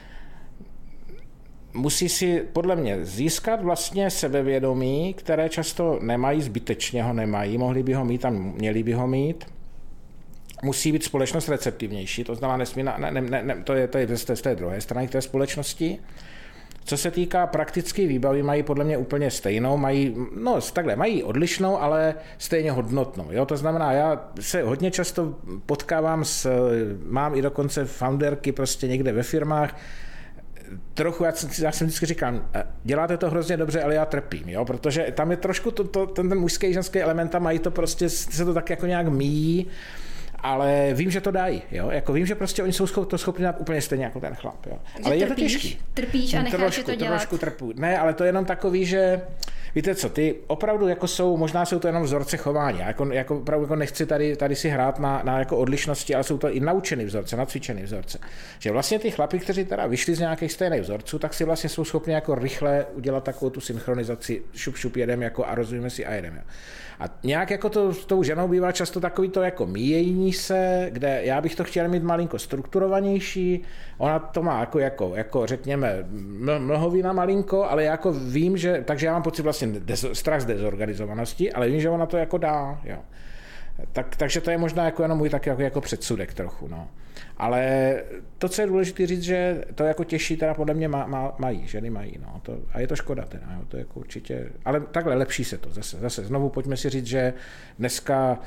Musí si podle mě získat vlastně sebevědomí, které často nemají, zbytečně ho nemají, mohli by ho mít a měli by ho mít. Musí být společnost receptivnější, to znamená, nesmí, ne, ne, ne, to je, to je z té druhé strany k té společnosti. Co se týká praktické výbavy, mají podle mě úplně stejnou, mají, no takhle, mají odlišnou, ale stejně hodnotnou. Jo? To znamená, já se hodně často potkávám s, mám i dokonce founderky prostě někde ve firmách, trochu, já, já jsem vždycky říkám, děláte to hrozně dobře, ale já trpím, jo? Protože tam je trošku to, to, ten, ten mužský ženský element a mají to prostě, se to tak jako nějak míjí, ale vím, že to dají, jo? Jako vím, že prostě oni jsou to schopni dát úplně stejně jako ten chlap, jo? Ale trpíš, je to těžký. Trpíš a necháš trošku, to dělat. Trošku trpu. Ne, ale to je jenom takový, že víte co, ty opravdu jako jsou, možná jsou to jenom vzorce chování, já jako, jako opravdu jako nechci tady, tady si hrát na, na jako odlišnosti, ale jsou to i naučený vzorce, nacvičený vzorce. Že vlastně ty chlapi, kteří teda vyšli z nějakých stejných vzorců, tak si vlastně jsou schopni jako rychle udělat takovou tu synchronizaci, šup, šup, jedem jako a rozumíme si a jedem. Jo. A nějak jako to s tou ženou bývá často takový to jako míjení se, kde já bych to chtěl mít malinko strukturovanější, ona to má jako, jako, jako řekněme mlhovina malinko, ale já jako vím, že, takže já mám pocit vlastně dez, strach z dezorganizovanosti, ale vím, že ona to jako dá, jo. Tak, takže to je možná jako jenom můj tak jako, jako předsudek trochu, no. Ale to, co je důležité říct, že to jako těžší teda podle mě má, má, mají, ženy mají, no. To, a je to škoda teda, jo, to je jako určitě, ale takhle lepší se to zase, zase znovu pojďme si říct, že dneska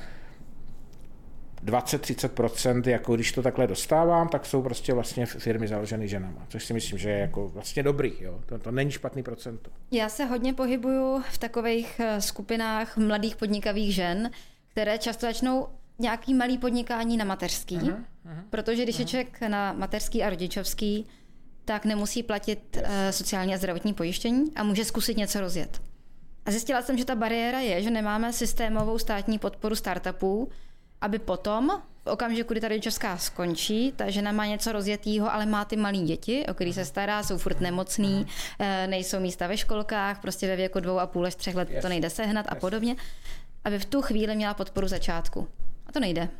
dvacet až třicet procent, jako když to takhle dostávám, tak jsou prostě vlastně firmy založeny ženama, což si myslím, že je jako vlastně dobrý, jo. To, to není špatný procento. Já se hodně pohybuju v takových skupinách mladých podnikavých žen, které často začnou nějaký malý podnikání na mateřský, uh-huh, uh-huh, protože když uh-huh. je člověk na mateřský a rodičovský, tak nemusí platit yes. uh, sociální a zdravotní pojištění a může zkusit něco rozjet. A zjistila jsem, že ta bariéra je, že nemáme systémovou státní podporu startupů, aby potom, v okamžiku, kdy ta rodičovská skončí, ta žena má něco rozjetýho, ale má ty malý děti, o který se stará, jsou furt nemocný, nejsou místa ve školkách, prostě ve věku dvou a půl až třech let yes. to nejde sehnat yes. a podobně, aby v tu chvíli měla podporu začátku. A to nejde.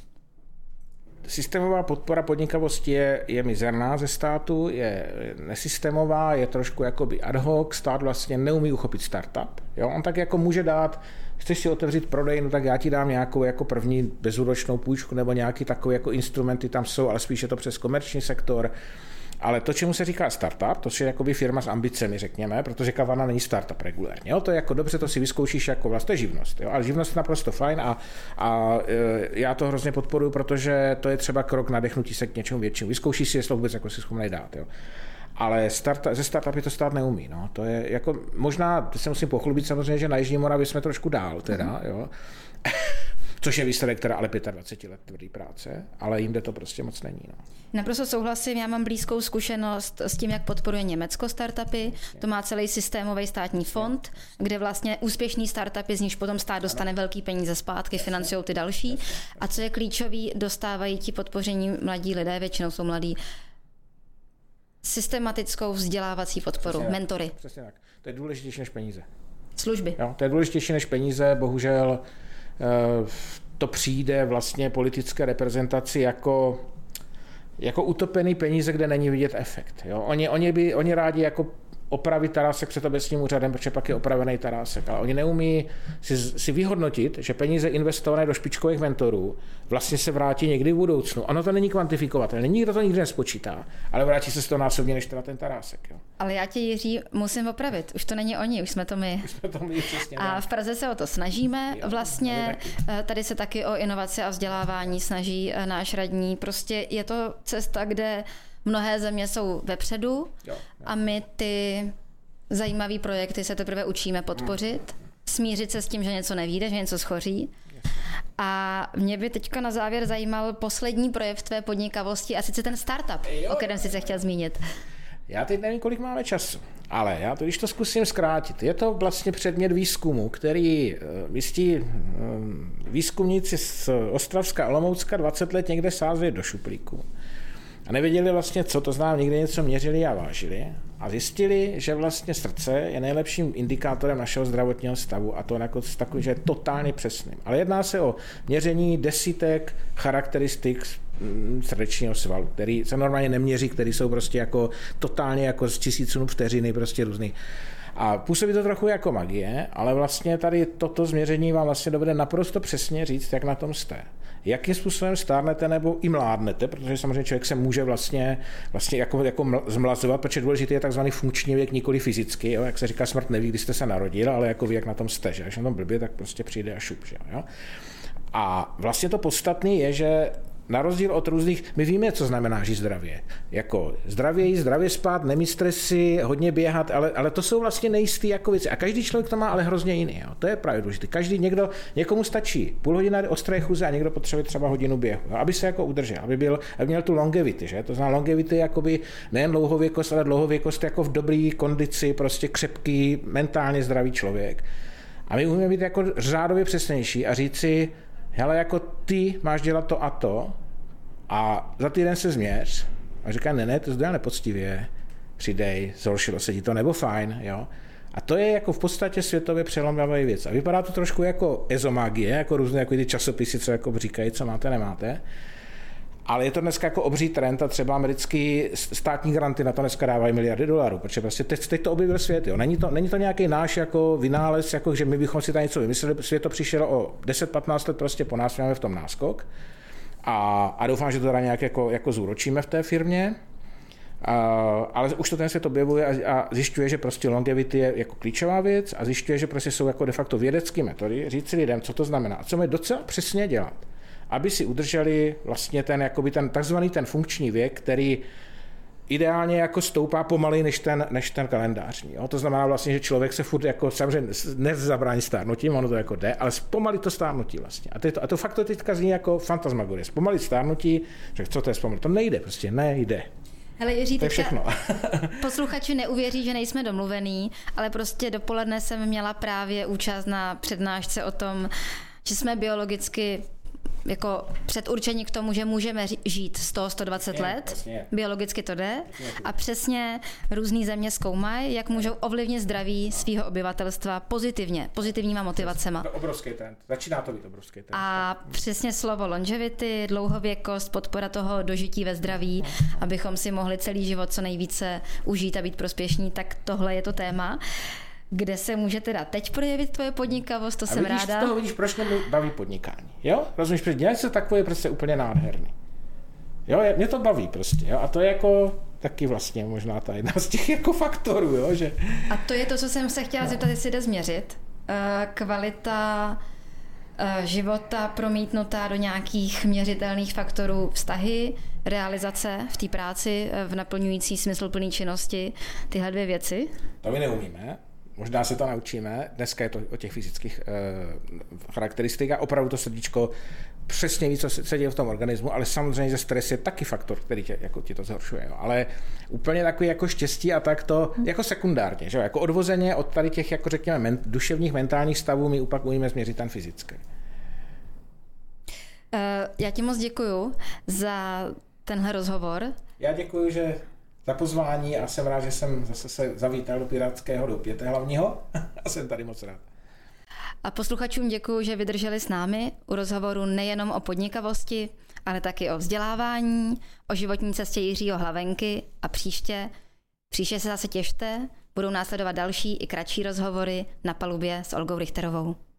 Systémová podpora podnikavosti je, je mizerná ze státu, je nesystémová, je trošku jakoby ad hoc, stát vlastně neumí uchopit startup. Jo? On tak jako může dát, chceš si otevřít prodej, no tak já ti dám nějakou jako první bezúročnou půjčku nebo nějaký takový jako instrumenty tam jsou, ale spíš je to přes komerční sektor. Ale to, čemu se říká startup, to je jakoby firma s ambicemi, řekněme, protože kavárna není startup regulérně. Jo? To je jako dobře, to si vyzkoušíš jako vlastně živnost. Jo? Ale živnost je naprosto fajn a, a e, já to hrozně podporuji, protože to je třeba krok nadechnutí se k něčemu většímu. Vyzkoušíš si, jestli vůbec jako si schopnej dát. Jo? Ale start, ze startupy to stát neumí. No? To je jako, možná, to se musím pochlubit samozřejmě, že na Jižní Moravě jsme trošku dál teda, jo? Což je výsledek teda ale dvacet pět let tvrdý práce, ale jinde to prostě moc není. No. Naprosto souhlasím, já mám blízkou zkušenost s tím, jak podporuje Německo startupy. To má celý systémový státní fond, kde vlastně úspěšný startupy, z nichž potom stát dostane velký peníze zpátky, financují ty další. A co je klíčový, dostávají ti podpoření mladí lidé, většinou jsou mladí, systematickou vzdělávací podporu, přesně mentory. Tak, přesně tak. To je důležitější než peníze. Služby. Jo, to je důležitější než peníze, bohužel to přijde vlastně politické reprezentaci jako, jako utopený peníze, kde není vidět efekt. Jo? Oni, oni, by, oni rádi jako opravit tarásek před obecním úřadem, protože pak je opravený tarásek, ale oni neumí si, si vyhodnotit, že peníze investované do špičkových mentorů vlastně se vrátí někdy v budoucnu. Ono to není kvantifikovatelné, nikdo to nikdy nespočítá, ale vrátí se z toho násobně než teda ten tarásek. Jo. Ale já tě, Jiří, musím opravit. Už to není oni, už jsme to my. Už jsme to my, přesně. A v Praze se o to snažíme. Jo, vlastně tady se taky o inovaci a vzdělávání snaží náš radní. Prostě je to cesta, kde mnohé země jsou vepředu jo, jo. a my ty zajímavé projekty se teprve učíme podpořit, smířit se s tím, že něco nevyjde, že něco schoří. A mě by teďka na závěr zajímal poslední projev tvé podnikavosti, a sice ten startup, jo, o kterém jsi se chtěl zmínit. Já teď nevím, kolik máme času, ale já to, když to zkusím zkrátit, je to vlastně předmět výzkumu, který jistí výzkumníci z Ostravska a Olomoucka dvacet let někde sázeli do šuplíku. A nevěděli vlastně, co to znamená, někde něco měřili a vážili. a zjistili, že vlastně srdce je nejlepším indikátorem našeho zdravotního stavu a to jako takový, že je totálně přesným. Ale jedná se o měření desítek charakteristik srdečního svalu, který se normálně neměří, který jsou prostě jako totálně jako z tisíců vteřiny, prostě různý. A působí to trochu jako magie, ale vlastně tady toto změření vám vlastně dovede naprosto přesně říct, jak na tom jste. Jakým způsobem stárnete nebo i mládnete, protože samozřejmě člověk se může vlastně, vlastně jako, jako zmlazovat, protože důležitý je takzvaný funkční věk, nikoli fyzicky, jo? Jak se říká, smrt neví, kdy jste se narodil, ale jako ví, jak na tom jste, že? Až na tom blbě, tak prostě přijde a šup, že? Jo? A vlastně to podstatné je, že na rozdíl od různých, my víme, co znamená žít zdravě. Jako zdravě jíst, zdravě spát, nemít stresy, hodně běhat, ale, ale to jsou vlastně nejistý jako věci. A každý člověk to má ale hrozně jiný. Jo. To je právě důležité. Každý někdo, někomu stačí půl hodiny ostré chůze a někdo potřebuje třeba hodinu běhu, jo, aby se jako udržel, aby, byl, aby měl tu longevity. Že? To znamená longevity jakoby nejen dlouhověkost, ale dlouhověkost jako v dobré kondici, prostě křepký, mentálně zdravý člověk. A my umíme být jako řádově přesnější a říct si, hele, jako ty máš dělat to a to a za týden se změř a říká, ne, ne, to zde nepoctivě, přidej, zhoršilo se ti to, nebo fajn, jo. A to je jako v podstatě světově přelomová věc. A vypadá to trošku jako ezomagie, jako různé jako ty časopisy, co jako říkají, co máte, nemáte. Ale je to dneska jako obří trend a třeba americký státní granty na to dneska dávají miliardy dolarů, protože prostě teď, teď to objevil svět. Jo. Není to, není to nějaký náš jako vynález, jako, že my bychom si tady něco vymysleli. Svět to přišel o deset patnáct let prostě po nás, máme v tom náskok. A, a doufám, že to teda nějak jako, jako zúročíme v té firmě. A, ale už to ten svět objevuje a, a zjišťuje, že prostě longevity je jako klíčová věc a zjišťuje, že prostě jsou jako de facto vědecké metody, říct si lidem, co to znamená a co mají docela přesně dělat, aby si udrželi vlastně ten, jakoby ten takzvaný ten funkční věk, který ideálně jako stoupá pomaleji než ten, než ten kalendářní. Jo? To znamená vlastně, že člověk se furt jako samozřejmě nezabrání stárnutím, ono to jako jde, ale zpomalit to stárnutí vlastně. A to, a to fakt to teďka zní jako fantasmagorie. Zpomalit stárnutí, že co to je zpomalit? To nejde, prostě nejde. Hele, Jiří, to je všechno. Posluchači neuvěří, že nejsme domluvený, ale prostě dopoledne jsem měla právě účast na přednášce o tom, že jsme biologicky jako předurčení k tomu, že můžeme žít sto až sto dvacet je, let, vlastně biologicky to jde a přesně různý země zkoumají, jak můžou ovlivnit zdraví svého obyvatelstva pozitivně, pozitivníma motivacema. To je obrovský trend, začíná to být obrovský trend. A přesně slovo longevity, dlouhověkost, podpora toho dožití ve zdraví, abychom si mohli celý život co nejvíce užít a být prospěšní, tak tohle je to téma. Kde se může teda teď projevit tvoje podnikavost, to a jsem vidíš, ráda. A z toho vidíš, proč mě baví podnikání, jo? Rozumíš, protože dělat se takové je prostě úplně nádherný. Jo, mě to baví prostě, jo? A to je jako taky vlastně možná ta jedna z těch jako faktorů, jo? Že... A to je to, co jsem se chtěla no. zeptat, jestli jde změřit. Kvalita života promítnutá do nějakých měřitelných faktorů, vztahy, realizace v té práci, v naplňující smysluplné činnosti, tyhle dvě věci? To my neumíme. Možná se to naučíme. Dneska je to o těch fyzických uh, charakteristikách. Opravdu to srdíčko přesně ví, co se děje v tom organismu, ale samozřejmě, že stres je taky faktor, který tě, jako, ti to zhoršuje. Jo. Ale úplně takový jako štěstí a tak to jako sekundárně. Že? Jako odvozeně od tady těch, jako řekněme, men, duševních, mentálních stavů my upak umíme změřit ten fyzický. Uh, já ti moc děkuju za tenhle rozhovor. Já děkuju, že za pozvání a jsem rád, že jsem zase se zavítal do Pirátského doupěte hlavního a jsem tady moc rád. A posluchačům děkuju, že vydrželi s námi u rozhovoru nejenom o podnikavosti, ale taky o vzdělávání, o životní cestě Jiřího Hlavenky a příště, příště se zase těšte, budou následovat další i kratší rozhovory na palubě s Olgou Richterovou.